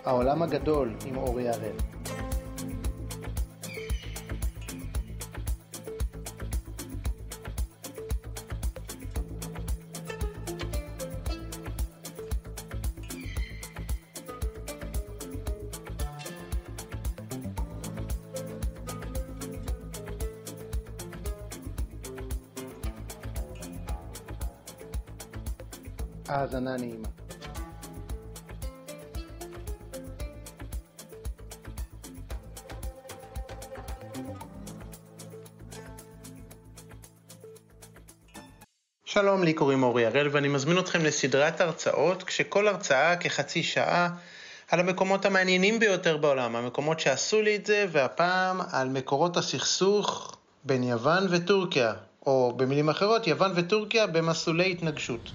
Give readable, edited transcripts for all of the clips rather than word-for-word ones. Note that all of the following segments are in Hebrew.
העולם הגדול עם אורי הראל. האזנה נעימה. שלום, לי קוראים אורי הראל ואני מזמין אתכם לסדרת הרצאות, כשכל הרצאה כחצי שעה על המקומות המעניינים ביותר בעולם, המקומות שעשו לי את זה, והפעם על מקורות הסכסוך בין יוון וטורקיה, או במילים אחרות, יוון וטורקיה במסלולי התנגשות.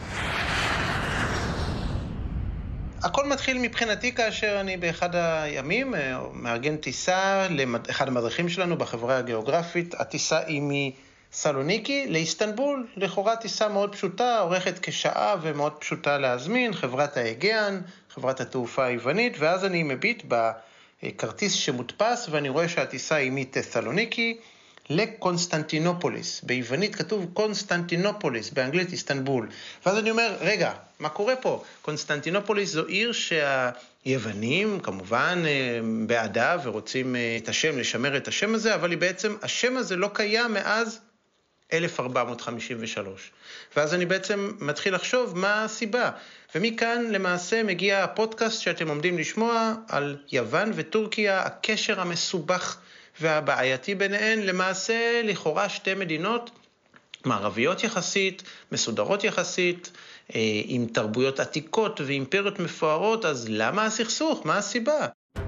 הכל מתחיל מבחינתי כאשר אני באחד הימים מארגן טיסה לאחד המדריכים שלנו בחברה הגיאוגרפית. הטיסה היא מסלוניקי לאיסטנבול, לכאורה טיסה מאוד פשוטה, אורכת כשעה ומאוד פשוטה להזמין, חברת האגיאן, חברת התעופה היוונית, ואז אני מביט בכרטיס שמודפס ואני רואה שהטיסה היא מתסלוניקי לקונסטנטינופוליס. ביוונית כתוב קונסטנטינופוליס, באנגלית איסטנבול. ואז אני אומר, רגע, מה קורה פה? קונסטנטינופוליס זו עיר שהיוונים כמובן בעדה ורוצים את השם, לשמר את השם הזה, אבל בעצם השם הזה לא קיים מאז 1453. ואז אני בעצם מתחיל לחשוב מה הסיבה. ומכאן למעשה מגיע הפודקאסט שאתם עומדים לשמוע על יוון וטורקיה, הקשר המסובך והבעייתי ביניהן, למעשה לכאורה שתי מדינות מערביות יחסית, מסודרות יחסית, עם תרבויות עתיקות ואימפריות מפוארות. אז למה הסכסוך? מה הסיבה?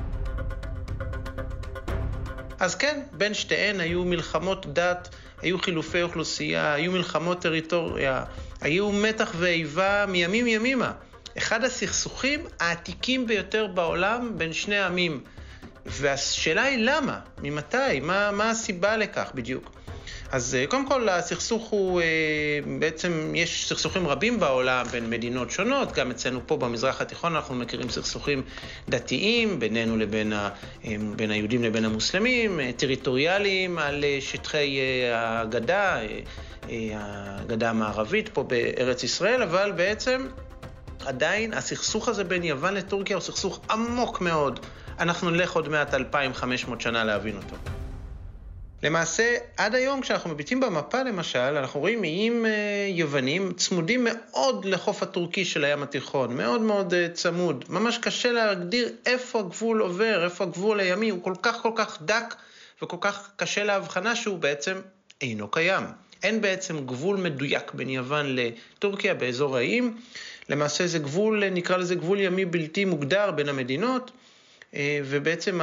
אז כן, בין שתיהן היו מלחמות דת, היו חילופי אוכלוסייה, היו מלחמות טריטוריה, היו מתח ואיבה מימים ימימה. אחד הסכסוכים העתיקים ביותר בעולם בין שני עמים. והשאלה היא למה? ממתי? מה הסיבה לכך בדיוק? אז קודם כל הסכסוך הוא, בעצם יש סכסוכים רבים בעולם בין מדינות שונות, גם אצלנו פה במזרח התיכון אנחנו מכירים סכסוכים דתיים, בינינו בין היהודים לבין המוסלמים, טריטוריאליים על שטחי הגדה המערבית פה בארץ ישראל, אבל בעצם עדיין הסכסוך הזה בין יוון לטורקיה הוא סכסוך עמוק מאוד. אנחנו נלך עוד מעט 2500 שנה להבין אותו. למעשה, עד היום כשאנחנו מביטים במפה למשל, אנחנו רואים איים יוונים צמודים מאוד לחוף הטורקי של הים התיכון, מאוד מאוד צמוד. ממש קשה להגדיר איפה הגבול עובר, איפה הגבול הימי, הוא כל כך דק וכל כך קשה להבחנה שהוא בעצם אינו קיים. אין בעצם גבול מדויק בין יוון לטורקיה באזור האיים. למעשה זה גבול, נקרא לזה גבול ימי בלתי מוגדר בין המדינות, ובעצם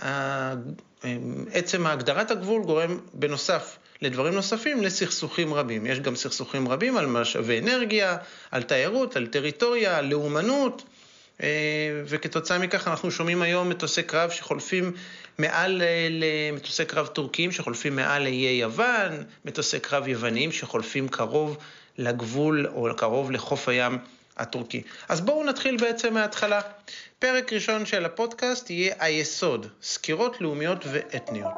עצם הגדרת הגבול גורם בנוסף לדברים נוספים לסכסוכים רבים. יש גם סכסוכים רבים על משאבי אנרגיה, על תיירות, על טריטוריה, על לאומנות, וכתוצאה מכך אנחנו שומעים היום מטוסי קרב שחולפים מטוסי קרב טורקיים שחולפים מעל לאיי יוון, מטוסי קרב יווניים שחולפים קרוב לגבול או קרוב לחוף הים הטורקי. אז בואו נתחיל בעצם מההתחלה. פרק ראשון של הפודקאסט יהיה היסוד, סקירות לאומיות ואתניות.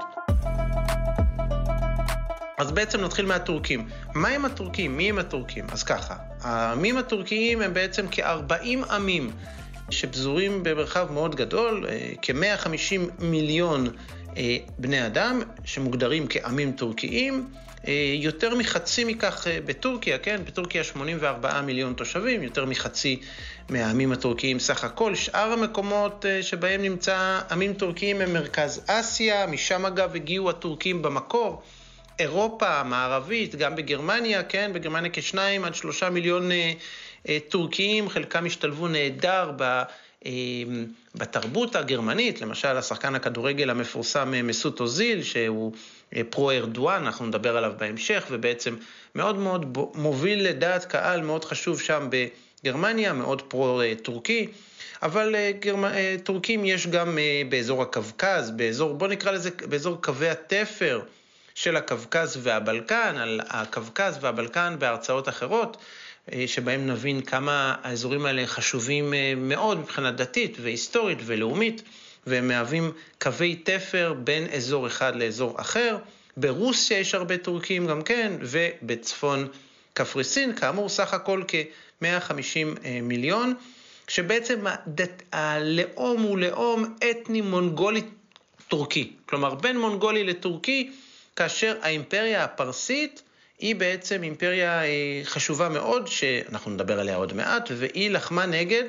אז בעצם נתחיל מהטורקים. מה הם הטורקים? מי הם הטורקים? אז ככה, העמים הטורקיים הם בעצם כ-40 עמים שפזורים במרחב מאוד גדול, כ-150 מיליון בני אדם שמוגדרים כעמים טורקיים, יותר מחצי מכך בטורקיה, כן? בטורקיה 84 מיליון תושבים, יותר מחצי מהעמים הטורקיים סך הכל. שאר המקומות שבהם נמצא עמים טורקיים הם מרכז אסיה, משם אגב הגיעו הטורקים במקור, אירופה המערבית, גם בגרמניה, כן? בגרמניה כ2-3 מיליון טורקיים, חלקם השתלבו נהדר בתרבות הגרמנית, למשל השחקן הכדורגל המפורסם מסות אוזיל, שהוא פרו-ארדואן, אנחנו נדבר עליו בהמשך, ובעצם מאוד מאוד מוביל לדעת קהל מאוד חשוב שם בגרמניה, מאוד פרו-טורקי, אבל טורקים יש גם באזור הקווקז, בוא נקרא לזה באזור קווי התפר של הקווקז והבלקן, על הקווקז והבלקן בהרצאות אחרות, שבהם נבין כמה האזורים האלה חשובים מאוד מבחינה דתית והיסטורית ולאומית, והם מהווים קווי תפר בין אזור אחד לאזור אחר. ברוסיה יש הרבה טורקים גם כן, ובצפון קפריסין, כאמור סך הכל כ-150 מיליון, שבעצם הלאום הוא לאום אתני מונגולי טורקי, כלומר בין מונגולי לטורקי, כאשר האימפריה הפרסית היא בעצם אימפריה חשובה מאוד, שאנחנו נדבר עליה עוד מעט, והיא לחמה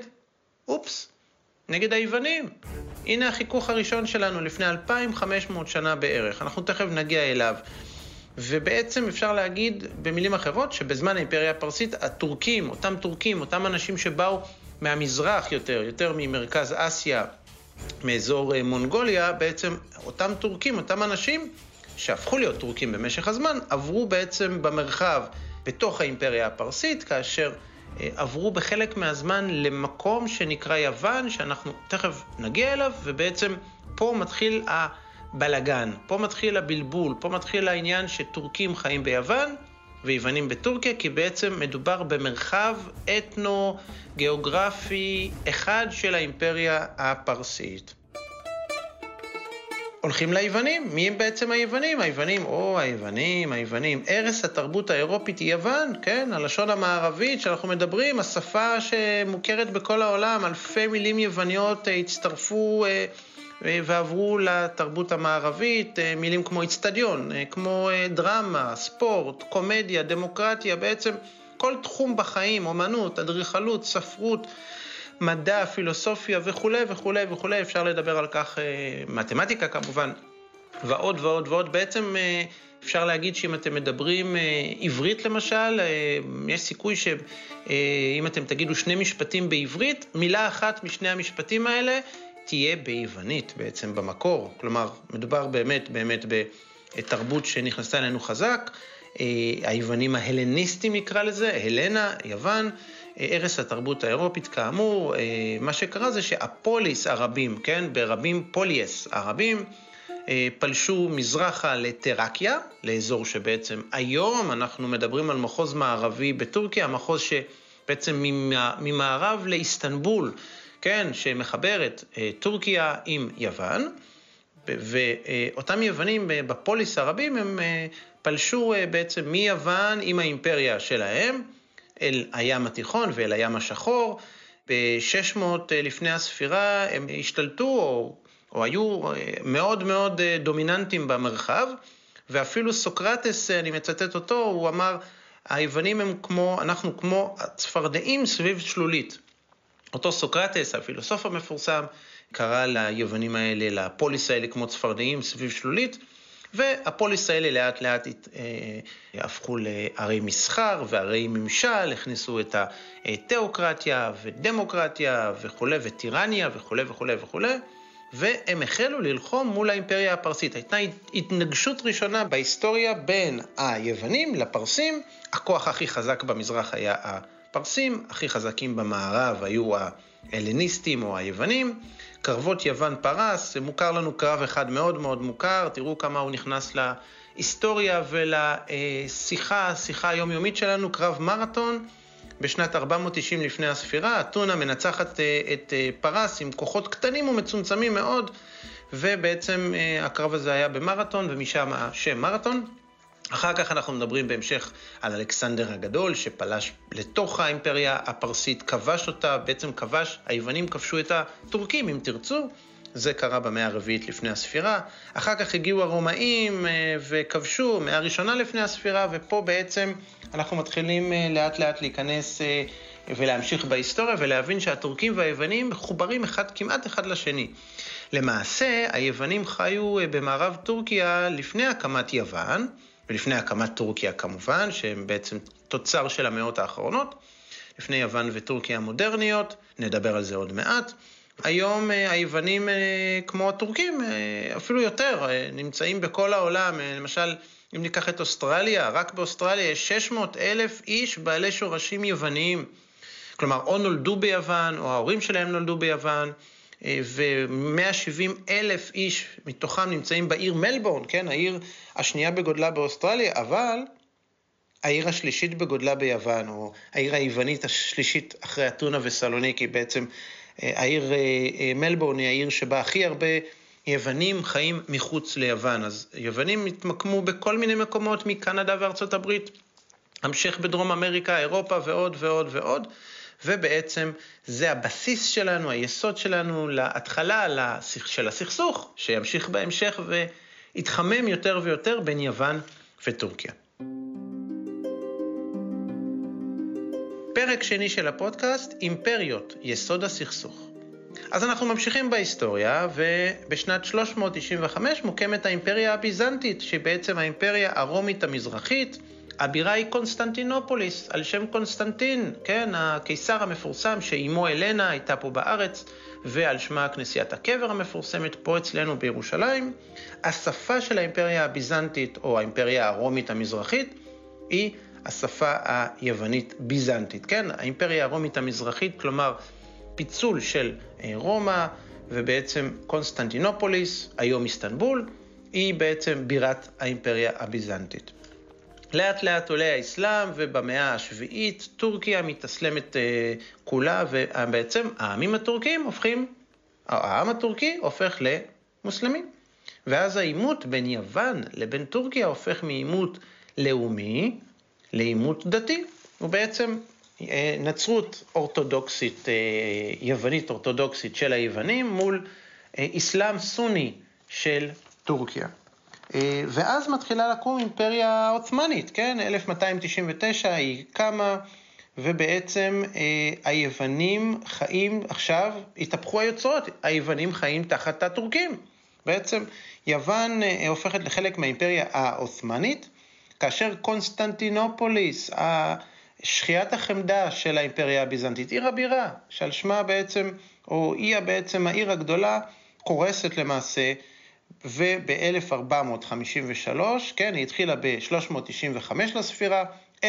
נגד היוונים. הנה החיכוך הראשון שלנו לפני 2500 שנה בערך, אנחנו תכף נגיע אליו. ובעצם אפשר להגיד במילים אחרות שבזמן האימפריה הפרסית, אותם אנשים שבאו מהמזרח יותר ממרכז אסיה, מאזור מונגוליה, בעצם אותם טורקים, אותם אנשים שהפכו להיות טורקים במשך הזמן, עברו בעצם במרחב בתוך האימפריה הפרסית, כאשר עברו בחלק מהזמן למקום שנקרא יוון, שאנחנו תכף נגיע אליו, ובעצם פה מתחיל הבלגן, פה מתחיל הבלבול, פה מתחיל העניין שטורקים חיים ביוון ויוונים בטורקיה, כי בעצם מדובר במרחב אתנו-גיאוגרפי אחד של האימפריה הפרסית. הולכים ליוונים. מי הם בעצם היוונים? היוונים. ערש התרבות האירופית היא יוון, כן? הלשון המערבית שאנחנו מדברים, השפה שמוכרת בכל העולם, אלפי מילים יווניות הצטרפו ועברו לתרבות המערבית, מילים כמו אצטדיון, כמו דרמה, ספורט, קומדיה, דמוקרטיה, בעצם כל תחום בחיים, אומנות, אדריכלות, ספרות, מדע, פילוסופיה וכו', אפשר לדבר על כך, מתמטיקה כמובן, ועוד. בעצם אפשר להגיד שאם אתם מדברים עברית למשל, יש סיכוי שאם אתם תגידו שני משפטים בעברית, מילה אחת משני המשפטים האלה תהיה ביוונית בעצם במקור. כלומר, מדובר באמת בתרבות שנכנסה אלינו חזק, היוונים ההלניסטים נקרא לזה, הלנה, יוון, ערש התרבות האירופית כאמור. מה שקרה זה שהפוליס הרבים, כן, ברבים פוליאס הרבים, פלשו מזרחה לטרקיה, לאזור שבעצם היום אנחנו מדברים על מחוז מערבי בטורקיה, המחוז שבעצם ממערב לאיסטנבול, כן, שמחברת טורקיה עם יוון, ואותם יוונים בפוליס הרבים הם פלשו בעצם מיוון עם האימפריה שלהם, אל הים התיכון ואל הים השחור. ב-600 לפני הספירה הם השתלטו או היו מאוד דומיננטיים במרחב, ואפילו סוקרטס, אני מצטט אותו, הוא אמר, היוונים אנחנו כמו הצפרדעים סביב שלולית. אותו סוקרטס, הפילוסוף המפורסם, קרא ליוונים האלה, לפוליס האלה כמו צפרדעים סביב שלולית, והפוליס האלה לאט לאט הפכו לערי מסחר וערי ממשל, הכניסו את התיאוקרטיה ודמוקרטיה וכו' וטירניה וכו', והם החלו ללחום מול האימפריה הפרסית. הייתה התנגשות ראשונה בהיסטוריה בין היוונים לפרסים, הכוח הכי חזק במזרח היה הפרסים, הכי חזקים במערב היו ההלניסטים או היוונים. קרבות יוון פרס, מוכר לנו קרב אחד מאוד מוכר, תראו כמה הוא נכנס להיסטוריה ולשיחה היומיומית שלנו, קרב מרתון בשנת 490 לפני הספירה, אתונה מנצחת את פרס עם כוחות קטנים ומצומצמים מאוד, ובעצם הקרב הזה היה במרתון, ומשם השם מרתון. אחר כך אנחנו מדברים בהמשך על אלכסנדר הגדול, שפלש לתוך האימפריה הפרסית, כבש אותה, בעצם היוונים כבשו את הטורקים, אם תרצו, זה קרה במאה הרביעית לפני הספירה. אחר כך הגיעו הרומאים וכבשו, מאה ראשונה לפני הספירה, ופה בעצם אנחנו מתחילים לאט לאט להיכנס ולהמשיך בהיסטוריה, ולהבין שהטורקים והיוונים מחוברים כמעט אחד לשני. למעשה, היוונים חיו במערב טורקיה לפני הקמת יוון, ולפני הקמת טורקיה כמובן, שהם בעצם תוצר של המאות האחרונות, לפני יוון וטורקיה המודרניות, נדבר על זה עוד מעט. היום היוונים כמו הטורקים, אפילו יותר, נמצאים בכל העולם. למשל, אם ניקח את אוסטרליה, רק באוסטרליה יש 600,000 איש בעלי שורשים יווניים. כלומר, או נולדו ביוון, או ההורים שלהם נולדו ביוון, ו170,000 איש מתוכם נמצאים בעיר מלבורן, כן, העיר השנייה בגודלה באוסטרליה, אבל העיר השלישית בגודלה ביוון, או העיר היוונית השלישית אחרי אתונה וסלוניקי, בעצם העיר מלבורן היא העיר שבה הכי הרבה יוונים חיים מחוץ ליוון. אז יוונים התמקמו בכל מיני מקומות מקנדה וארצות הברית, המשך בדרום אמריקה, אירופה ועוד ועוד ועוד, ובעצם זה הבסיס שלנו, היסוד שלנו להתחלה של הסכסוך, שימשיך בהמשך ויתחמם יותר ויותר בין יוון וטורקיה. פרק שני של הפודקאסט, אימפריות, יסוד הסכסוך. אז אנחנו ממשיכים בהיסטוריה, ובשנת 395 מוקמת האימפריה הביזנטית, שהיא בעצם האימפריה הרומית המזרחית. הבירה היא קונסטנטינופוליס, על שם קונסטנטין, כן, הקיסר המפורסם שאימו אלנה הייתה פה בארץ, ועל שמה כנסיית הקבר המפורסמת פה אצלנו בירושלים. השפה של האימפריה הביזנטית, או האימפריה הרומית המזרחית, היא השפה היוונית ביזנטית, כן? האימפריה הרומית המזרחית, כלומר פיצול של רומא, ובעצם קונסטנטינופוליס, היום איסטנבול, היא בעצם בירת האימפריה הביזנטית. לאט לאט עולה האסלאם, ובמאה השביעית טורקיה מתאסלמת כולה, ובעצם העם הטורקי הופך למוסלמים. ואז העימות בין יוון לבין טורקיה הופך מעימות לאומי לעימות דתי, ובעצם נצרות אורתודוקסית, יוונית אורתודוקסית של היוונים מול אסלאם סוני של טורקיה. ואז מתחילה לקום אימפריה עות'מאנית, כן? 1299 היא קמה, ובעצם היוונים חיים עכשיו, התהפכו היוצרות, היוונים חיים תחת הטורקים. בעצם יוון הופכת לחלק מהאימפריה העות'מאנית, כאשר קונסטנטינופוליס, שכיית החמדה של האימפריה הביזנטית, עיר הבירה, שעל שמה בעצם, או היא בעצם העיר הגדולה, קורסת למעשה, וב-1453, כן, היא התחילה ב-395 לספירה,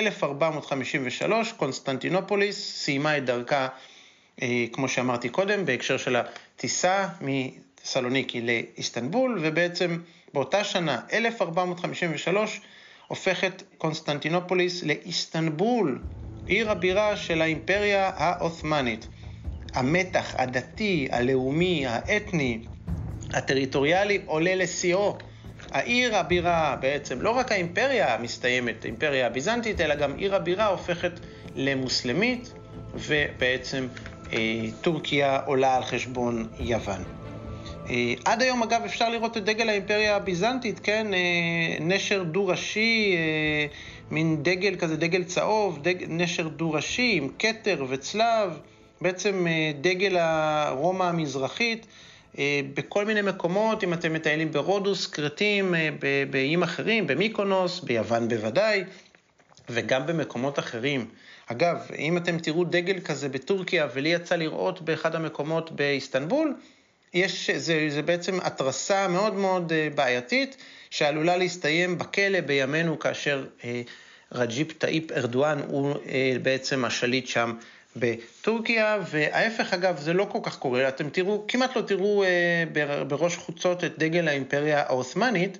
1453, קונסטנטינופוליס סיימה את דרכה, כמו שאמרתי קודם, בהקשר של הטיסה מסלוניקי לאיסטנבול, ובעצם באותה שנה, 1453, הופכת קונסטנטינופוליס לאיסטנבול, עיר הבירה של האימפריה העות'מאנית. המתח הדתי, הלאומי, האתני, הטריטוריאלי עולה לשיאו. העיר הבירה, בעצם לא רק האימפריה מסתיימת, האימפריה הביזנטית, אלא גם עיר הבירה הופכת למוסלמית, ובעצם טורקיה עולה על חשבון יוון. עד היום אגב אפשר לראות את דגל האימפריה הביזנטית, כן, נשר דו-ראשי, מין דגל כזה, דגל צהוב, נשר דו-ראשי עם כתר וצלב, בעצם דגל הרומא המזרחית, בכל מיני מקומות, אם אתם מטיילים ברודוס, קרטים, באיים אחרים, במיקונוס, ביוון בוודאי, וגם במקומות אחרים. אגב, אם אתם תראו דגל כזה בטורקיה, ולי יצא לראות באחד המקומות באיסטנבול, זה בעצם התרסה מאוד מאוד בעייתית, שעלולה להסתיים בכלא בימינו, כאשר רג'יפ טאיפ ארדואן הוא בעצם השליט שם בטורקיה, וההפך אגב זה לא כל כך קורה, אתם תראו, כמעט לא תראו בראש חוצות את דגל האימפריה העות'מאנית,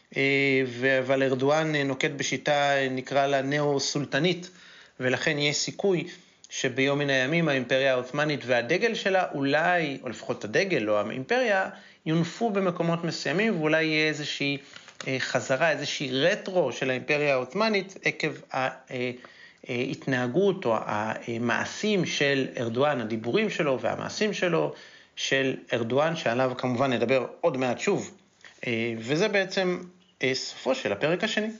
אבל ארדואן נוקט בשיטה נקרא לה נאו-סולטנית, ולכן יש סיכוי שביום מן הימים האימפריה העות'מאנית והדגל שלה אולי, או לפחות הדגל או האימפריה, יונפו במקומות מסוימים, ואולי יהיה איזושהי חזרה, איזושהי רטרו של האימפריה העות'מאנית, עקב ההתנהגות או המעשים של ארדואן, הדיבורים שלו והמעשים שלו של ארדואן, שעליו כמובן נדבר עוד מעט שוב. וזה בעצם סופו של הפרק השני.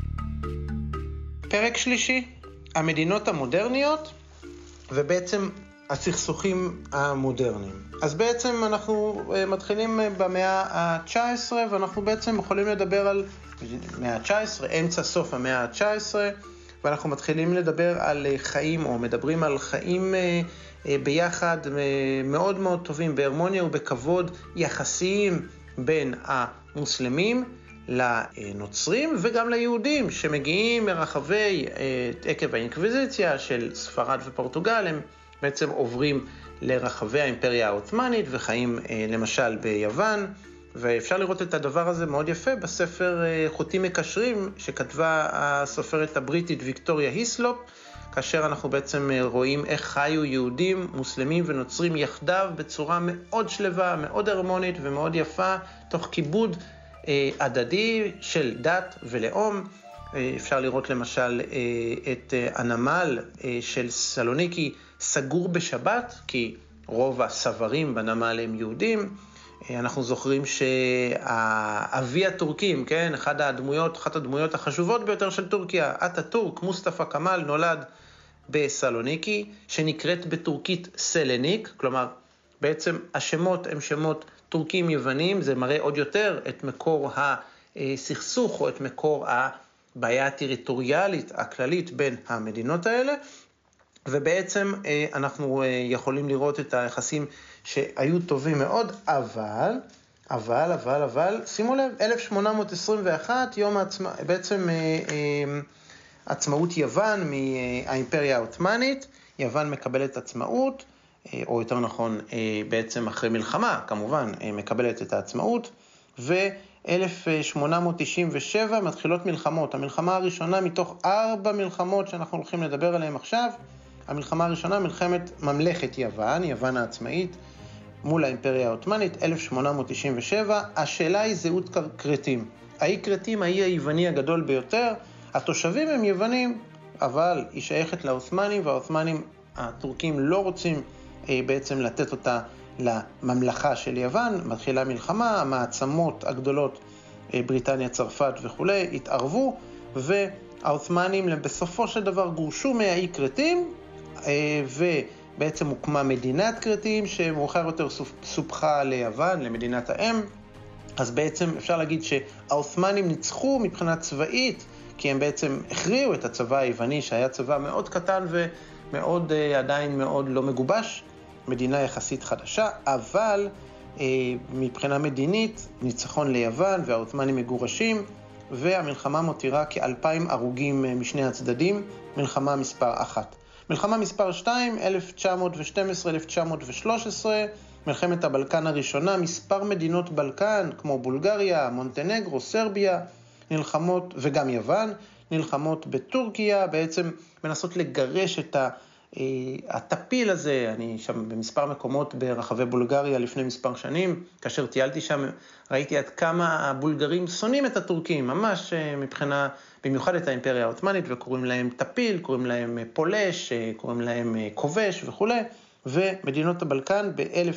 פרק שלישי, המדינות המודרניות, ובעצם הסכסוכים המודרניים. אז בעצם אנחנו מתחילים במאה ה-19, ואנחנו בעצם יכולים לדבר על מאה ה-19, אמצע סוף המאה ה-19, ואנחנו מתחילים לדבר על חיים, או מדברים על חיים ביחד מאוד מאוד טובים, בהרמוניה ובכבוד יחסיים בין המוסלמים לנוצרים וגם ליהודים שמגיעים מרחבי עקב האינקוויזיציה של ספרד ופורטוגל, הם בעצם עוברים לרחבי האימפריה העות'מאנית וחיים למשל ביוון ואפשר לראות את הדבר הזה מאוד יפה בספר חוטים מקשרים, שכתבה הסופרת הבריטית ויקטוריה היסלופ, כאשר אנחנו בעצם רואים איך חיו יהודים, מוסלמים ונוצרים יחדיו בצורה מאוד שלווה, מאוד הרמונית ומאוד יפה, תוך כיבוד הדדי של דת ולאום. אפשר לראות למשל את הנמל של סלוניקי סגור בשבת, כי רוב הסברים בנמל הם יהודים. אנחנו זוכרים שהאבי הטורקים, כן, אחת הדמויות החשובות ביותר של טורקיה, אטאטורק, מוסטפא כמאל, נולד בסלוניקי, שנקראת בטורקית סלניק, כלומר, בעצם השמות הם שמות טורקים יוונים, זה מראה עוד יותר את מקור הסכסוך או את מקור הבעיה הטריטוריאלית הכללית בין המדינות האלה, ובעצם אנחנו יכולים לראות את היחסים שהיו טובים מאוד, אבל, שימו לב, 1821, בעצם עצמאות יוון מהאימפריה העות'מאנית, יוון מקבלת עצמאות, או יותר נכון, בעצם אחרי מלחמה, כמובן, מקבלת את העצמאות, ו-1897 מתחילות מלחמות. המלחמה הראשונה מתוך 4 מלחמות שאנחנו הולכים לדבר עליהן עכשיו, המלחמה הראשונה, מלחמת ממלכת יוון, יוון העצמאית, מול האימפריה העות'מאנית, 1897. השאלה היא זהות קרטים. האי קרטים, האי היווני הגדול ביותר, התושבים הם יוונים, אבל היא שייכת לעות'מאנים, והעות'מאנים הטורקים לא רוצים בעצם לתת אותה לממלכה של יוון. מתחילה מלחמה, המעצמות הגדולות, בריטניה, צרפת וכו', התערבו, והעות'מאנים בסופו של דבר גורשו מהאי קרטים, ובעצם הוקמה מדינת קרטים, שמאוחר יותר סופחה ליוון, למדינת האם. אז בעצם אפשר להגיד שהעות'מאנים ניצחו מבחינה צבאית, כי הם בעצם הכריעו את הצבא היווני, שהיה צבא מאוד קטן ומאוד עדיין מאוד לא מגובש, מדינה יחסית חדשה, אבל מבחינה מדינית, ניצחון ליוון והעות'מאנים מגורשים, והמלחמה מותירה כ2,000 הרוגים משני הצדדים, מלחמה מספר 1. מלחמה מספר 2, 1912-1913, מלחמת הבלקן הראשונה, מספר מדינות בלקן, כמו בולגריה, מונטנגרו, סרביה, נלחמות, וגם יוון, נלחמות בטורקיה, בעצם מנסות לגרש את הטפיל הזה. אני שם במספר מקומות ברחבי בולגריה לפני מספר שנים, כאשר טיילתי שם, ראיתי עד כמה הבולגרים שונאים את הטורקים, ממש מבחינה, במיוחד את האימפריה העות'מאנית, וקוראים להם טפיל, קוראים להם פולש, קוראים להם כובש וכו'. ומדינות הבלקן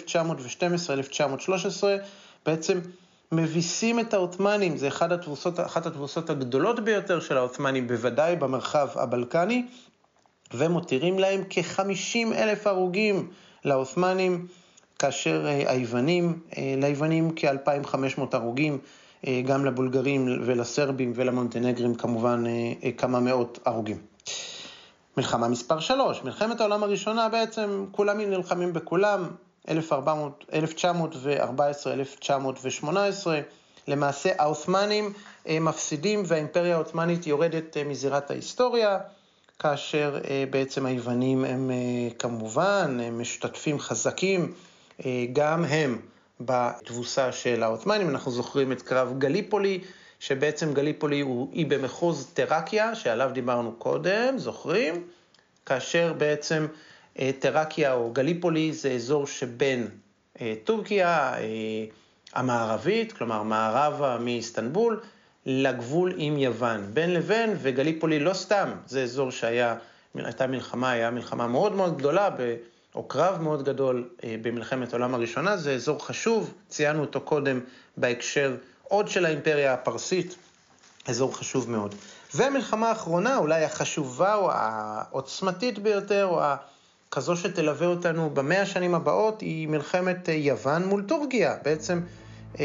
ב-1912-1913 בעצם מביסים את העות'מאנים. זה אחת התבוסות הגדולות ביותר של העות'מאנים, בוודאי במרחב הבלקני, ומותירים להם כ-50,000 הרוגים לעות'מאנים, כאשר ליוונים כ-2,500 הרוגים, גם לבולגרים ולסרבים ולמונטנגרים כמובן כמה מאות הרוגים. מלחמה מספר 3, מלחמת העולם הראשונה, בעצם כולם נלחמים בכולם, 1914-1918, למעשה העות'מאנים מפסידים והאימפריה העות'מאנית יורדת מזירת ההיסטוריה, כאשר בעצם היוונים הם כמובן משתתפים חזקים גם הם בתבוסה של העות'מאנים. אנחנו זוכרים את קרב גליפולי, שבעצם גליפולי היא במחוז תראקיה, שעליו דיברנו קודם, זוכרים? כאשר בעצם תראקיה או גליפולי זה אזור שבין טורקיה המערבית, כלומר מערבה מאיסטנבול, לגבול עם יוון, בין לבין, וגליפולי לא סתם, זה אזור הייתה מלחמה, היה מלחמה מאוד מאוד גדולה, או קרב מאוד גדול במלחמת העולם הראשונה, זה אזור חשוב, ציינו אותו קודם בהקשר עוד של האימפריה הפרסית, אזור חשוב מאוד. והמלחמה האחרונה, אולי החשובה או העוצמתית ביותר, או כזו שתלווה אותנו ב100 השנים הבאות, היא מלחמת יוון מול טורקיה, בעצם 1919-1922,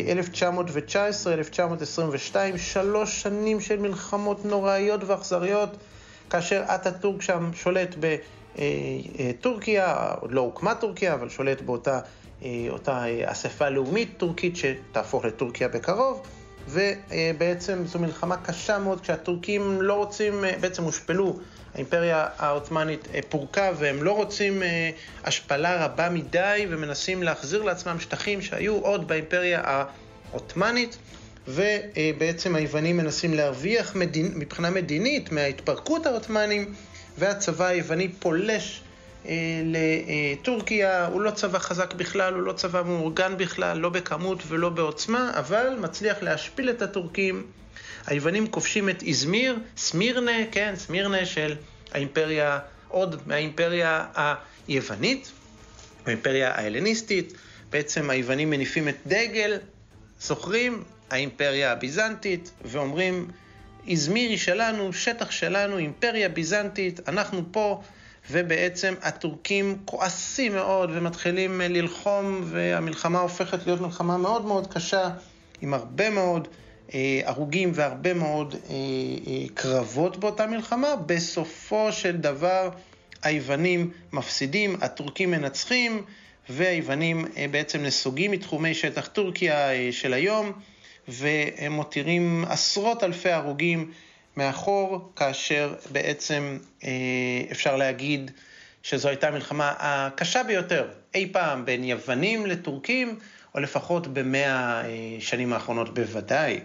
3 שנים של מלחמות נוראיות ואכזריות, כאשר אטאטורק שם שולט בטורקיה, עוד לא הוקמה טורקיה, אבל שולט באותה אספה לאומית טורקית שתהפוך לטורקיה בקרוב, ובעצם זו מלחמה קשה מאוד, כשהטורקים לא רוצים, בעצם הושפלו, האימפריה העות'מאנית פורקה, והם לא רוצים השפלה רבה מדי, ומנסים להחזיר לעצמם שטחים שהיו עוד באימפריה העות'מאנית, ובעצם היוונים מנסים להרוויח מבחינה מדינית מההתפרקות העות'מאנים, והצבא היווני פולש לטורקיה. הוא לא צבא חזק בכלל, הוא לא צבא מאורגן בכלל, לא בכמות ולא בעוצמה, אבל מצליח להשפיל את הטורקים. היוונים כובשים את איזמיר, סמירנה של האימפריה, עוד מהאימפריה היוונית, האימפריה ההלניסטית. בעצם היוונים מניפים את דגל, זוכרים, האימפריה הביזנטית, ואומרים, איזמיר היא שלנו, שטח שלנו, אימפריה ביזנטית, אנחנו פה. ובעצם הטורקים כועסים מאוד ומתחילים ללחום, והמלחמה הופכת להיות מלחמה מאוד מאוד קשה, עם הרבה מאוד הרוגים והרבה מאוד קרבות באותה מלחמה. בסופו של דבר היוונים מפסידים, הטורקים מנצחים, והיוונים בעצם נסוגים מתחומי שטח טורקיה של היום, והם מותירים עשרות אלפי הרוגים מאחור, כאשר בעצם אפשר להגיד שזו הייתה המלחמה הקשה ביותר אי פעם בין יוונים לטורקים, או לפחות ב100 שנים האחרונות בוודאי.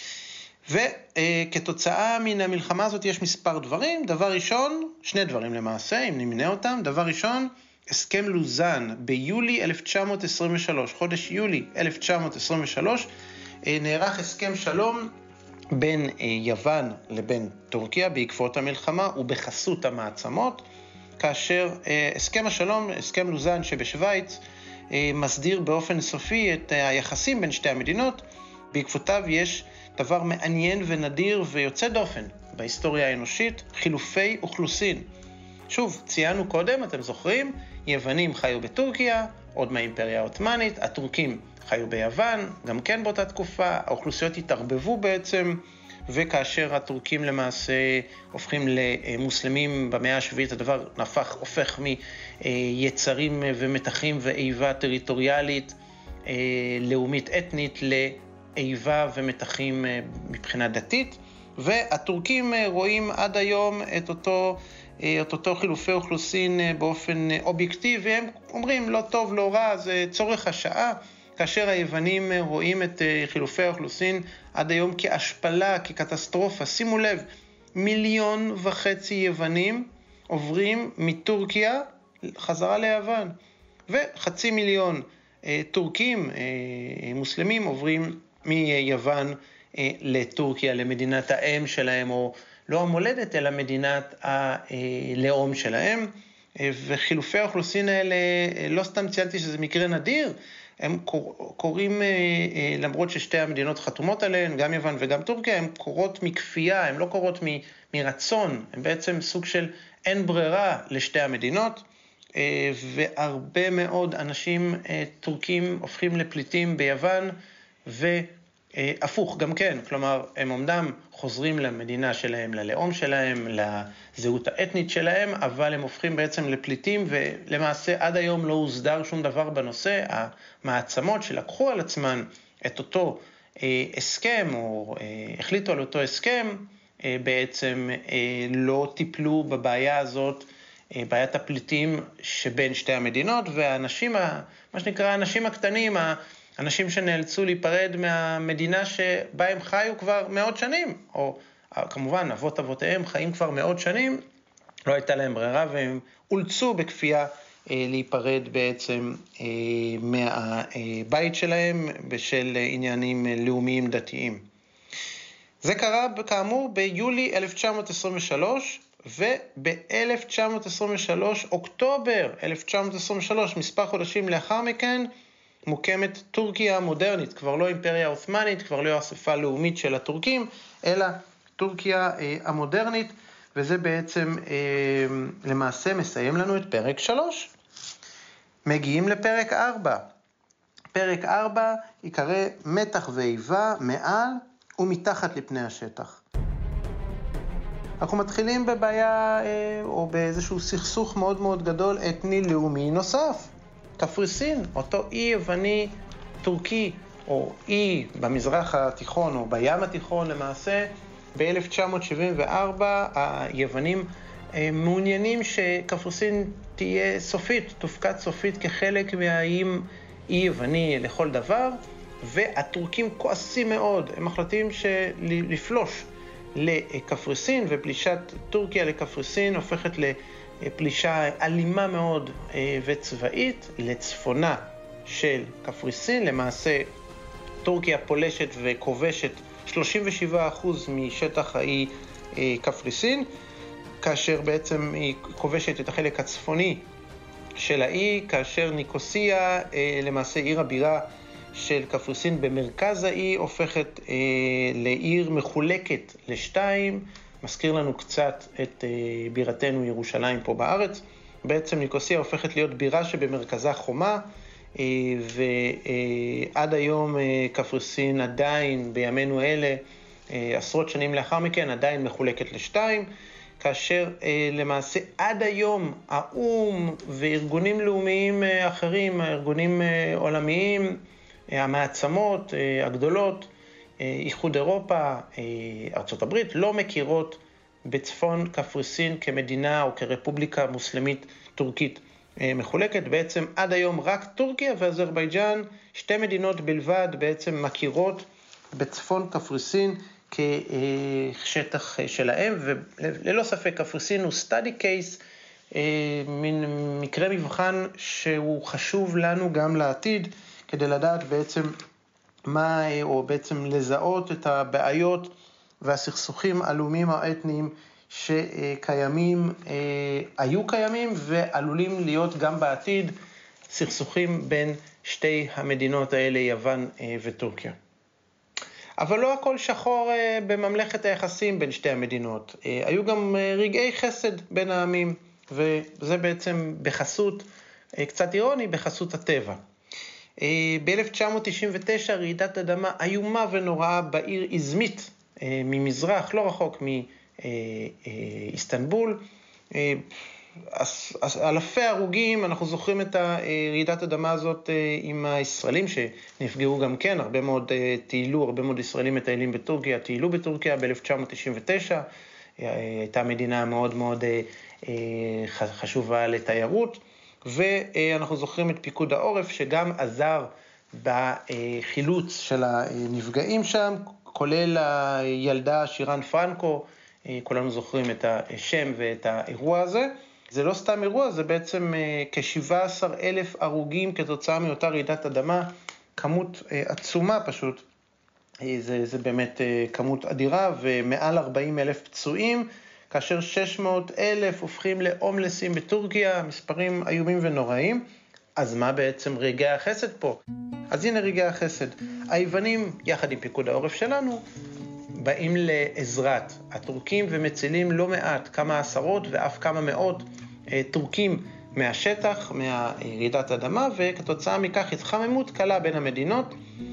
וכתוצאה מן המלחמה הזאת יש מספר דברים. דבר ראשון, שני דברים למעשה, אם נמנה אותם. דבר ראשון, הסכם לוזן ביולי 1923, חודש יולי 1923, נערך הסכם שלום בין יוון לבין טורקיה בעקבות המלחמה ובחסות המעצמות, כאשר הסכם השלום, הסכם לוזן שבשוויץ, מסדיר באופן סופי את היחסים בין שתי המדינות. בעקבותיו יש דבר מעניין ונדיר ויוצא דופן בהיסטוריה האנושית, חילופי אוכלוסין. שוב, ציינו קודם, אתם זוכרים, יוונים חיו בטורקיה, עוד מהאימפריה העות'מאנית, הטורקים חיו ביוון, גם כן באותה תקופה, האוכלוסיות התערבבו בעצם, וכאשר הטורקים למעשה הופכים למוסלמים במאה השביעית, הדבר הופך מיצרים ומתחים ואיבה טריטוריאלית, לאומית אתנית, לאיבה ומתחים מבחינה דתית, והטורקים רואים עד היום את אותו חילופי אוכלוסין באופן אובייקטיבי, הם אומרים לא טוב, לא רע, זה צורך השעה, כאשר היוונים רואים את חילופי האוכלוסין עד היום כהשפלה, כקטסטרופה. שימו לב, 1.5 מיליון יוונים עוברים מטורקיה חזרה ליוון, ו500,000 טורקים מוסלמים עוברים מיוון לטורקיה, למדינת האם שלהם, או לא המולדת, אלא מדינת הלאום שלהם. וחילופי האוכלוסין האלה, לא סתם ציינתי שזה מקרה נדיר, הם קוראים, למרות ששתי המדינות חתומות עליהן, גם יוון וגם טורקיה, הם קורות מכפייה, הם לא קורות מרצון, הם בעצם סוג של אין ברירה לשתי המדינות, והרבה מאוד אנשים טורקים הופכים לפליטים ביוון, והפוך גם כן, כלומר, הם עומדם חוזרים למדינה שלהם, ללאום שלהם, לזהות האתנית שלהם, אבל הם הופכים בעצם לפליטים, ולמעשה עד היום לא הוסדר שום דבר בנושא. המעצמות שלקחו על עצמן את אותו הסכם, או החליטו על אותו הסכם, בעצם לא טיפלו בבעיה הזאת, בעיית הפליטים שבין שתי המדינות, והאנשים, מה שנקרא, האנשים הקטנים, האנשים שנאלצו להיפרד מהמדינה שבה הם חיו כבר מאות שנים, או כמובן אבות אבותיהם חיים כבר מאות שנים, לא הייתה להם ברירה, והם אולצו בכפייה להיפרד בעצם מהבית שלהם בשל עניינים לאומיים דתיים. זה קרה כאמור ביולי 1923, וב-1923, אוקטובר 1923, מספר חודשים לאחר מכן, מוקמת טורקיה המודרנית, כבר לא אימפריה עות'מאנית, כבר לא אספה לאומית של הטורקים, אלא טורקיה המודרנית, וזה בעצם למעשה מסיים לנו את פרק 3. מגיעים לפרק 4. פרק 4 יקרא מתח ואיבה מעל ומתחת לפני השטח. אנחנו מתחילים בבעיה או באיזשהו סכסוך מאוד מאוד גדול אתני לאומי נוסף. קפריסין, אותו אי יווני טורקי או אי במזרח התיכון או בים התיכון למעשה, ב-1974 היוונים מעוניינים שקפריסין תהיה סופית, תופקד סופית כחלק מהאיים אי יווני לכל דבר, והטורקים כועסים מאוד, הם מחליטים לפלוש לקפריסין, ופלישת טורקיה לקפריסין הופכת לפלישה אלימה מאוד וצבאית לצפונה של קפריסין. למעשה טורקיה פולשת וכובשת 37% משטח האי קפריסין, כאשר בעצם היא כובשת את החלק הצפוני של האי, כאשר ניקוסיה, למעשה עיר הבירה של קפריסין במרכז האי, הופכת לעיר מחולקת לשתיים. מזכיר לנו קצת את בירתנו ירושלים פה בארץ. בעצם ניקוסיה הופכת להיות בירה שבמרכזה חומה, ועד היום קפריסין עדיין בימינו אלה, עשרות שנים לאחר מכן, עדיין מחולקת לשתיים, כאשר למעשה עד היום האו"ם וארגונים לאומיים אחרים, ארגונים עולמיים, המעצמות הגדולות, איחוד אירופה, ארצות הברית, לא מכירות בצפון קפריסין כמדינה או כרפובליקה מוסלמית טורקית מחולקת. בעצם עד היום רק טורקיה ואזרבייג'אן, שתי מדינות בלבד, בעצם מכירות בצפון קפריסין כשטח שלהם, וללא ספק קפריסין הוא study case, מין מקרה מבחן שהוא חשוב לנו גם לעתיד, כדי לדעת בעצם מה, או בעצם לזהות את הבעיות והסכסוכים הלאומיים האתניים שקיימים, היו קיימים ועלולים להיות גם בעתיד סכסוכים בין שתי המדינות האלה, יוון וטורקיה. אבל לא הכל שחור בממלכת היחסים בין שתי המדינות. היו גם רגעי חסד בין העמים, וזה בעצם בחסות, קצת אירוני, בחסות הטבע. ב-1999 רעידת אדמה איומה ונוראה בעיר איזמית, ממזרח, לא רחוק מאיסטנבול. אלפי הרוגים, אנחנו זוכרים את רעידת אדמה הזאת עם הישראלים שנפגעו גם כן, הרבה מאוד ישראלים מטיילים בטורקיה, טיילו בטורקיה ב-1999, הייתה מדינה מאוד מאוד חשובה לתיירות, ואנחנו זוכרים את פיקוד העורף שגם עזר בחילוץ של הנפגעים שם, כולל הילדה שירן פרנקו, כולנו זוכרים את השם ואת האירוע הזה. זה לא סתם אירוע, זה בעצם כ-17,000 הרוגים כתוצאה מאותה רעידת אדמה, כמות עצומה פשוט, זה באמת כמות אדירה, ומעל 40,000 פצועים, כאשר 600,000 הופכים להומלסים בטורקיה, מספרים איומים ונוראים. אז מה בעצם רגעי החסד פה? אז הנה רגעי החסד. היוונים, יחד עם פיקוד העורף שלנו, באים לעזרת הטורקים ומצילים לא מעט, כמה עשרות ואף כמה מאות טורקים מהשטח, מהרעידת אדמה, וכתוצאה מכך התחממות קלה בין המדינות,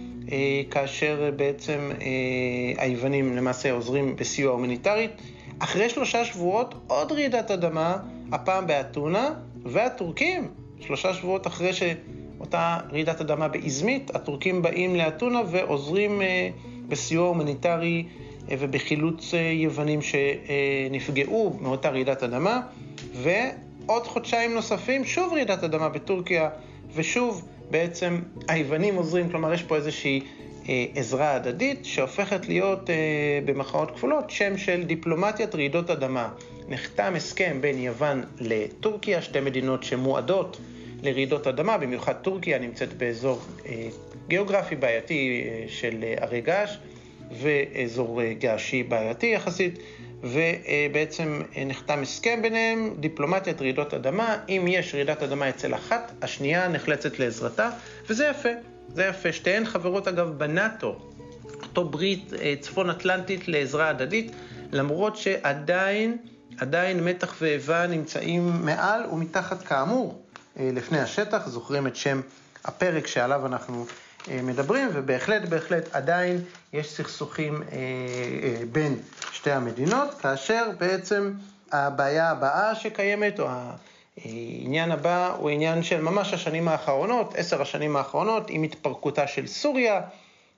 כאשר בעצם היוונים למעשה עוזרים בסיוע הומניטרי. אחרי 3 שבועות עוד רעידת אדמה, הפעם באתונה, והטורקים 3 שבועות אחרי שאותה רעידת אדמה באיזמית, הטורקים באים לאתונה ועוזרים בסיוע הומניטרי ובחילוץ יוונים שנפגעו מאותה רעידת אדמה, ועוד חודשיים נוספים שוב רעידת אדמה בטורקיה, ושוב בעצם היוונים עוזרים, כלומר יש פה איזושהי עזרה הדדית שהופכת להיות במחאות כפולות שם של דיפלומטיית רעידות אדמה. נחתם הסכם בין יוון לטורקיה, שתי מדינות שמועדות לרעידות אדמה, במיוחד טורקיה נמצאת באזור גיאוגרפי בעייתי של הרי געש, ואזור געשי בעייתי יחסית, ובעצם נחתם הסכם ביניהם, דיפלומטיית רעידות אדמה. אם יש רעידת אדמה אצל אחת, השנייה נחלצת לעזרתה, וזה יפה. זה יפה. שתיהן חברות אגב בנאטו, אותו ברית צפון אטלנטית לעזרה הדדית, למרות שעדיין מתח ואיבה נמצאים מעל ומתחת כאמור לפני השטח. זוכרים את שם הפרק שעליו אנחנו מדברים, ובהחלט עדיין יש סכסוכים בין שתי המדינות, כאשר בעצם הבעיה הבאה שקיימת, או העניין הבא, הוא עניין של ממש השנים האחרונות, 10 השנים האחרונות, עם התפרקותה של סוריה,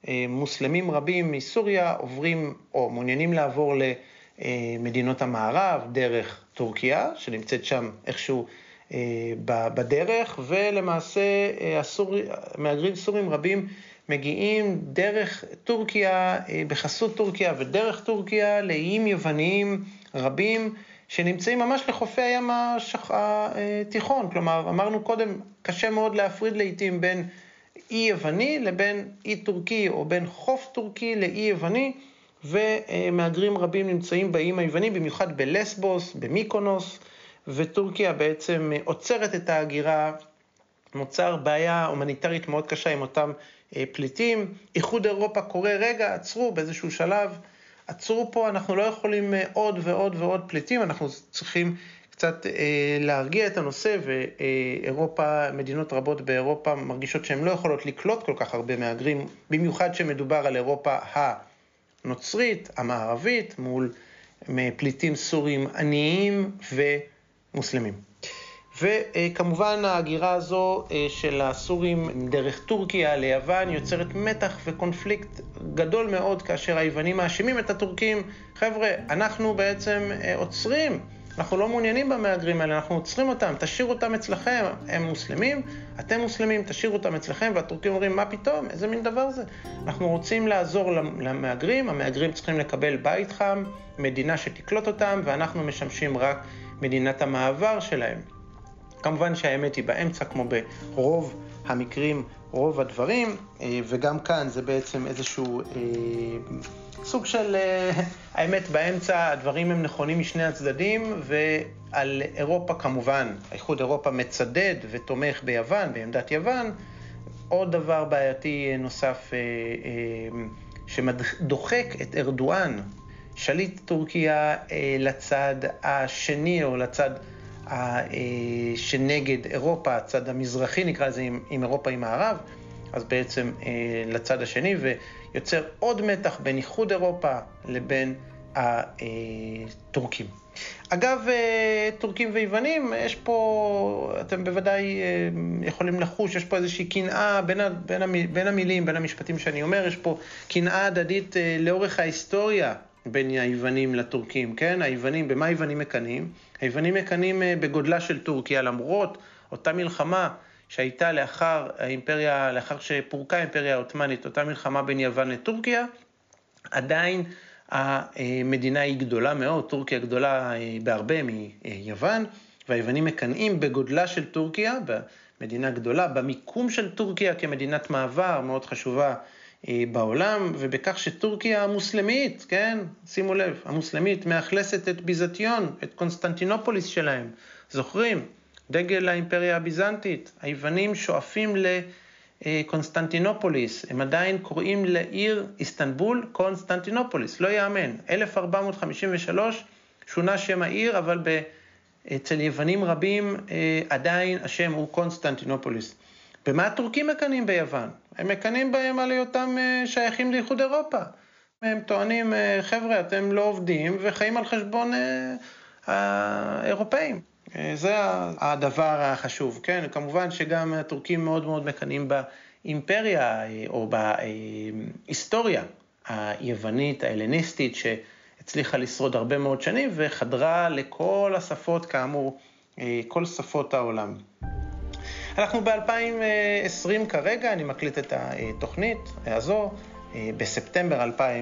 מוסלמים רבים מסוריה עוברים או מעוניינים לעבור למדינות המערב דרך טורקיה, שנמצאת שם איכשהו בדרך, ולמעשה מהגרים סורים רבים מגיעים דרך טורקיה, בחסות טורקיה ודרך טורקיה, לאיים יווניים רבים שנמצאים ממש לחופי הים התיכון. כלומר, אמרנו קודם, קשה מאוד להפריד לעתים בין אי יווני לבין אי טורקי, או בין חוף טורקי לאי יווני, ומהגרים רבים נמצאים באיים היווני, במיוחד בלסבוס, במיקונוס, וטורקיה בעצם עוצרת את ההגירה. נוצר בעיה הומניטרית מאוד קשה עם אותם פליטים. איחוד אירופה קורא, רגע, עצרו באיזשהו שלב, עצרו פה, אנחנו לא יכולים עוד ועוד ועוד פליטים, אנחנו צריכים קצת להרגיע את הנושא, ואירופה, מדינות רבות באירופה מרגישות שהן לא יכולות לקלוט כל כך הרבה מהגרים, במיוחד שמדובר על אירופה הנוצרית, המערבית, מול פליטים סורים עניים ומוסלמים. וכמובן ההגירה הזו של הסורים דרך טורקיה ליוון יוצרת מתח וקונפליקט גדול מאוד, כאשר היוונים מאשימים את הטורקים, חבר'ה, אנחנו בעצם עוצרים, אנחנו לא מעוניינים במהגרים האלה, אנחנו עוצרים אותם, תשאירו אותם אצלכם, הם מוסלמים, אתם מוסלמים, תשאירו אותם אצלכם, והטורקים אומרים, מה פתאום, איזה מין דבר זה? אנחנו רוצים לעזור למהגרים, המהגרים צריכים לקבל בית חם, מדינה שתקלוט אותם, ואנחנו משמשים רק מדינת המעבר שלהם. כמובן שהאמת היא באמצע, כמו ברוב המקרים, רוב הדברים, וגם כאן זה בעצם איזשהו סוג של האמת באמצע, הדברים הם נכונים משני הצדדים, ועל אירופה כמובן, האיחוד אירופה מצדד ותומך ביוון, בעמדת יוון. עוד דבר בעייתי נוסף שדוחק את ארדואן, שליט טורקיה, לצד השני או לצד שנגד אירופה, הצד המזרחי נקרא לזה, עם אירופה עם הערב, אז בעצם לצד השני, ויוצר עוד מתח בין איחוד אירופה לבין הטורקים. אגב, טורקים ויוונים, יש פה, אתם בוודאי יכולים לחוש, יש פה איזושהי קנאה בין המילים, בין המשפטים שאני אומר, יש פה קנאה הדדית לאורך ההיסטוריה בין היוונים לטורקים, כן? היוונים, במה היוונים מקנאים? היוונים מקנאים בגודלה של טורקיה, למרות אותה מלחמה שהייתה לאחר האימפריה, לאחר שפורקה האימפריה העות'מאנית, אותה מלחמה בין יוון לטורקיה, עדיין המדינה היא גדולה מאוד, טורקיה גדולה בהרבה מיוון, והיוונים מקנאים בגודלה של טורקיה, במדינה גדולה, במיקום של טורקיה כמדינת מעבר מאוד חשובה בעולם, ובכך שטורקיה המוסלמית, כן, שימו לב, המוסלמית מאכלסת את ביזנטיון, את קונסטנטינופוליס שלהם. זוכרים? דגל האימפריה הביזנטית. היוונים שואפים לקונסטנטינופוליס. הם עדיין קוראים לעיר איסטנבול קונסטנטינופוליס. לא יאמן. 1453 שונה שם העיר, אבל אצל יוונים רבים עדיין השם הוא קונסטנטינופוליס. במה הטורקים מקנאים ביוון? הם מקנאים בהם על היותם שייכים לאיחוד אירופה. הם טוענים, חבר'ה, אתם לא עובדים וחיים על חשבון האירופאים. זה הדבר החשוב, כן? כמובן שגם הטורקים מאוד מאוד מקנאים באימפריה או בהיסטוריה היוונית, ההלניסטית, שהצליחה לשרוד הרבה מאוד שנים וחדרה לכל השפות, כאמור, כל שפות העולם. אנחנו ב-2020 כרגע, אני מקליט את התוכנית הזו, בספטמבר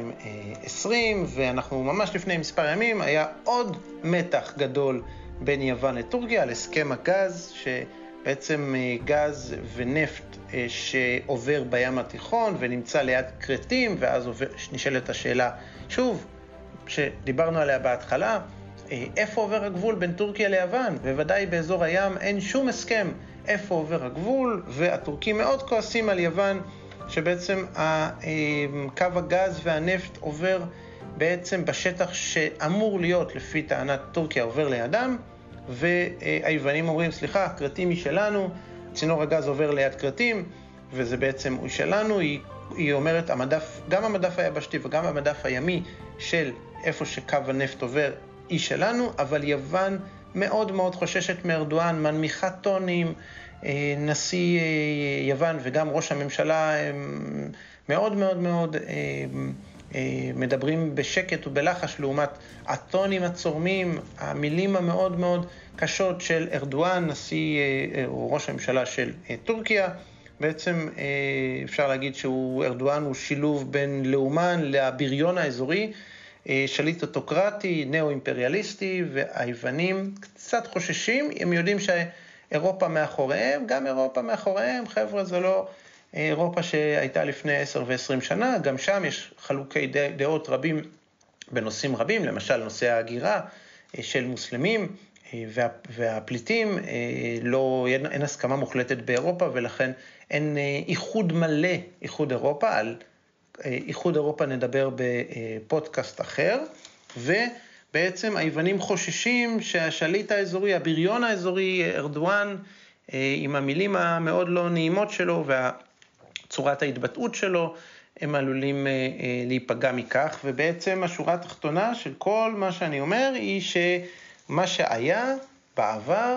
2020, ואנחנו ממש לפני מספר ימים, היה עוד מתח גדול בין יוון לטורקיה, על הסכם הגז, שבעצם גז ונפט שעובר בים התיכון ונמצא ליד קרטים, ואז נשאלת השאלה, שוב, שדיברנו עליה בהתחלה, איפה עובר הגבול בין טורקיה ליוון? בוודאי באזור הים אין שום הסכם איפה עובר הגבול, והטורקים מאוד כועסים על יוון, שבעצם קו הגז והנפט עובר בעצם בשטח שאמור להיות לפי טענת טורקיה עובר לידם, והיוונים אומרים, סליחה, קרטים היא שלנו, צינור הגז עובר ליד קרטים, וזה בעצם הוא שלנו. היא אומרת, גם המדף היבשתי וגם המדף הימי של איפה שקו הנפט עובר היא שלנו, אבל יוון מאוד מאוד חוששת מארדואן, מנמיכה טונים, נשיא יוון וגם ראש הממשלה מאוד מאוד מאוד מדברים בשקט ובלחש לעומת הטונים הצורמים, המילים המאוד מאוד קשות של ארדואן, נשיא או ראש הממשלה של טורקיה. בעצם אפשר להגיד ארדואן הוא שילוב בין לאומן לבריון האזורי, שליט אוטוקרטי, נאו-אימפריאליסטי, והיוונים קצת חוששים, הם יודעים שאירופה מאחוריהם, גם אירופה מאחוריהם, חבר'ה, זה לא אירופה שהייתה לפני 10 ו-20 שנה, גם שם יש חלוקי דעות רבים בנושאים רבים, למשל נושא ההגירה של מוסלמים והפליטים, אין הסכמה מוחלטת באירופה, ולכן אין איחוד מלא, איחוד אירופה, על איחוד אירופה נדבר בפודקאסט אחר, ובעצם היוונים חוששים שהשליט האזורי, הבריון האזורי, ארדואן, עם המילים המאוד לא נעימות שלו צורת ההתבטאות שלו, הם עלולים להיפגע מכך, ובעצם השורה התחתונה של כל מה שאני אומר היא שמה שהיה בעבר,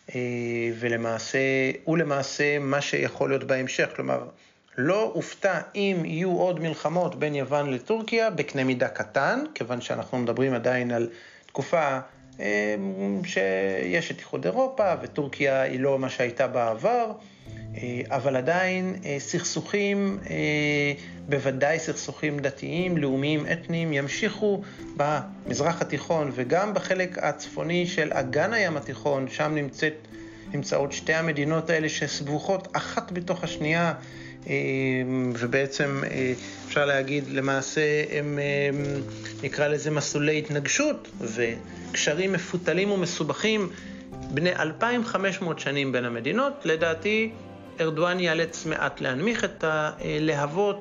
ולמעשה מה שיכול להיות בהמשך, כלומר, לא הופתע אם יהיו עוד מלחמות בין יוון לטורקיה, בקנה מידה קטן, כיוון שאנחנו מדברים עדיין על תקופה שיש את איחוד אירופה, וטורקיה היא לא מה שהייתה בעבר, אבל עדיין סכסוכים, בוודאי סכסוכים דתיים, לאומיים, אתניים, ימשיכו במזרח התיכון, וגם בחלק הצפוני של אגן הים התיכון, שם נמצאות שתי המדינות האלה שסבוכות אחת בתוך השנייה, ובעצם אפשר להגיד למעשה הם נקרא לזה מסלולי התנגשות וקשרים מפותלים ומסובכים בני 2500 שנים בין המדינות. לדעתי ארדואן ייאלץ מעט להנמיך את הלהבות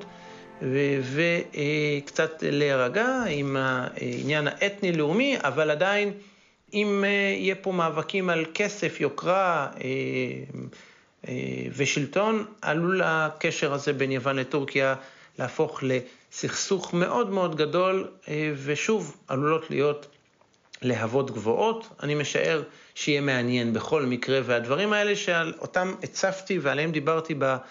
וקצת להירגע עם העניין האתני-לאומי, אבל עדיין אם יהיה פה מאבקים על כסף, יוקרה ושלטון, עלול הקשר הזה בין יוון לטורקיה להפוך לסכסוך מאוד מאוד גדול, ושוב עלולות להיות להבות גבוהות. אני משער שיהיה מעניין בכל מקרה, והדברים האלה שאותם הצפתי ועליהם דיברתי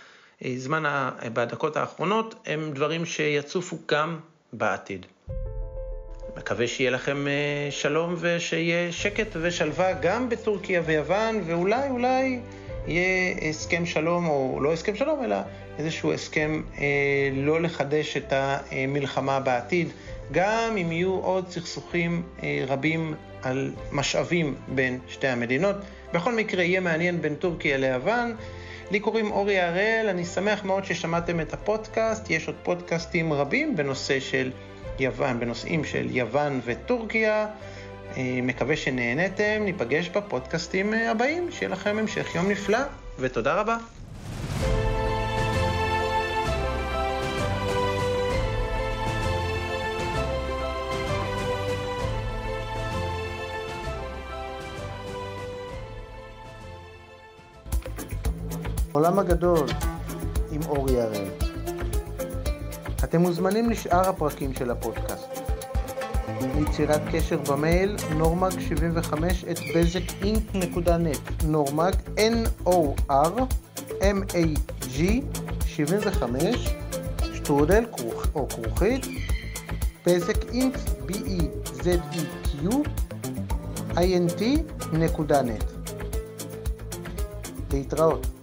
בדקות האחרונות, הם דברים שיצופו גם בעתיד. מקווה שיהיה לכם שלום ושיהיה שקט ושלווה גם בטורקיה ויוון, ואולי יהיה הסכם שלום, או לא הסכם שלום, אלא איזשהו הסכם לא לחדש את המלחמה בעתיד, גם אם יהיו עוד סכסוכים רבים על משאבים בין שתי המדינות. בכל מקרה יהיה מעניין בין טורקיה ליוון. לי קוראים אורי הראל, אני שמח מאוד ששמעתם את הפודקאסט. יש עוד פודקאסטים רבים בנושאים של יוון וטורקיה. מקווה שנהנתם, ניפגש בפודקאסטים הבאים, שיהיה לכם המשך יום נפלא, ותודה רבה. עולם הגדול עם אורי הראל. אתם מוזמנים לשאר הפרקים של הפודקאסט. ליצירת קשר במייל normag75@bezekinc.net normag NORMAG 75 שטרודל או כרוכית bezekinc BEZEQ INT.net. להתראות.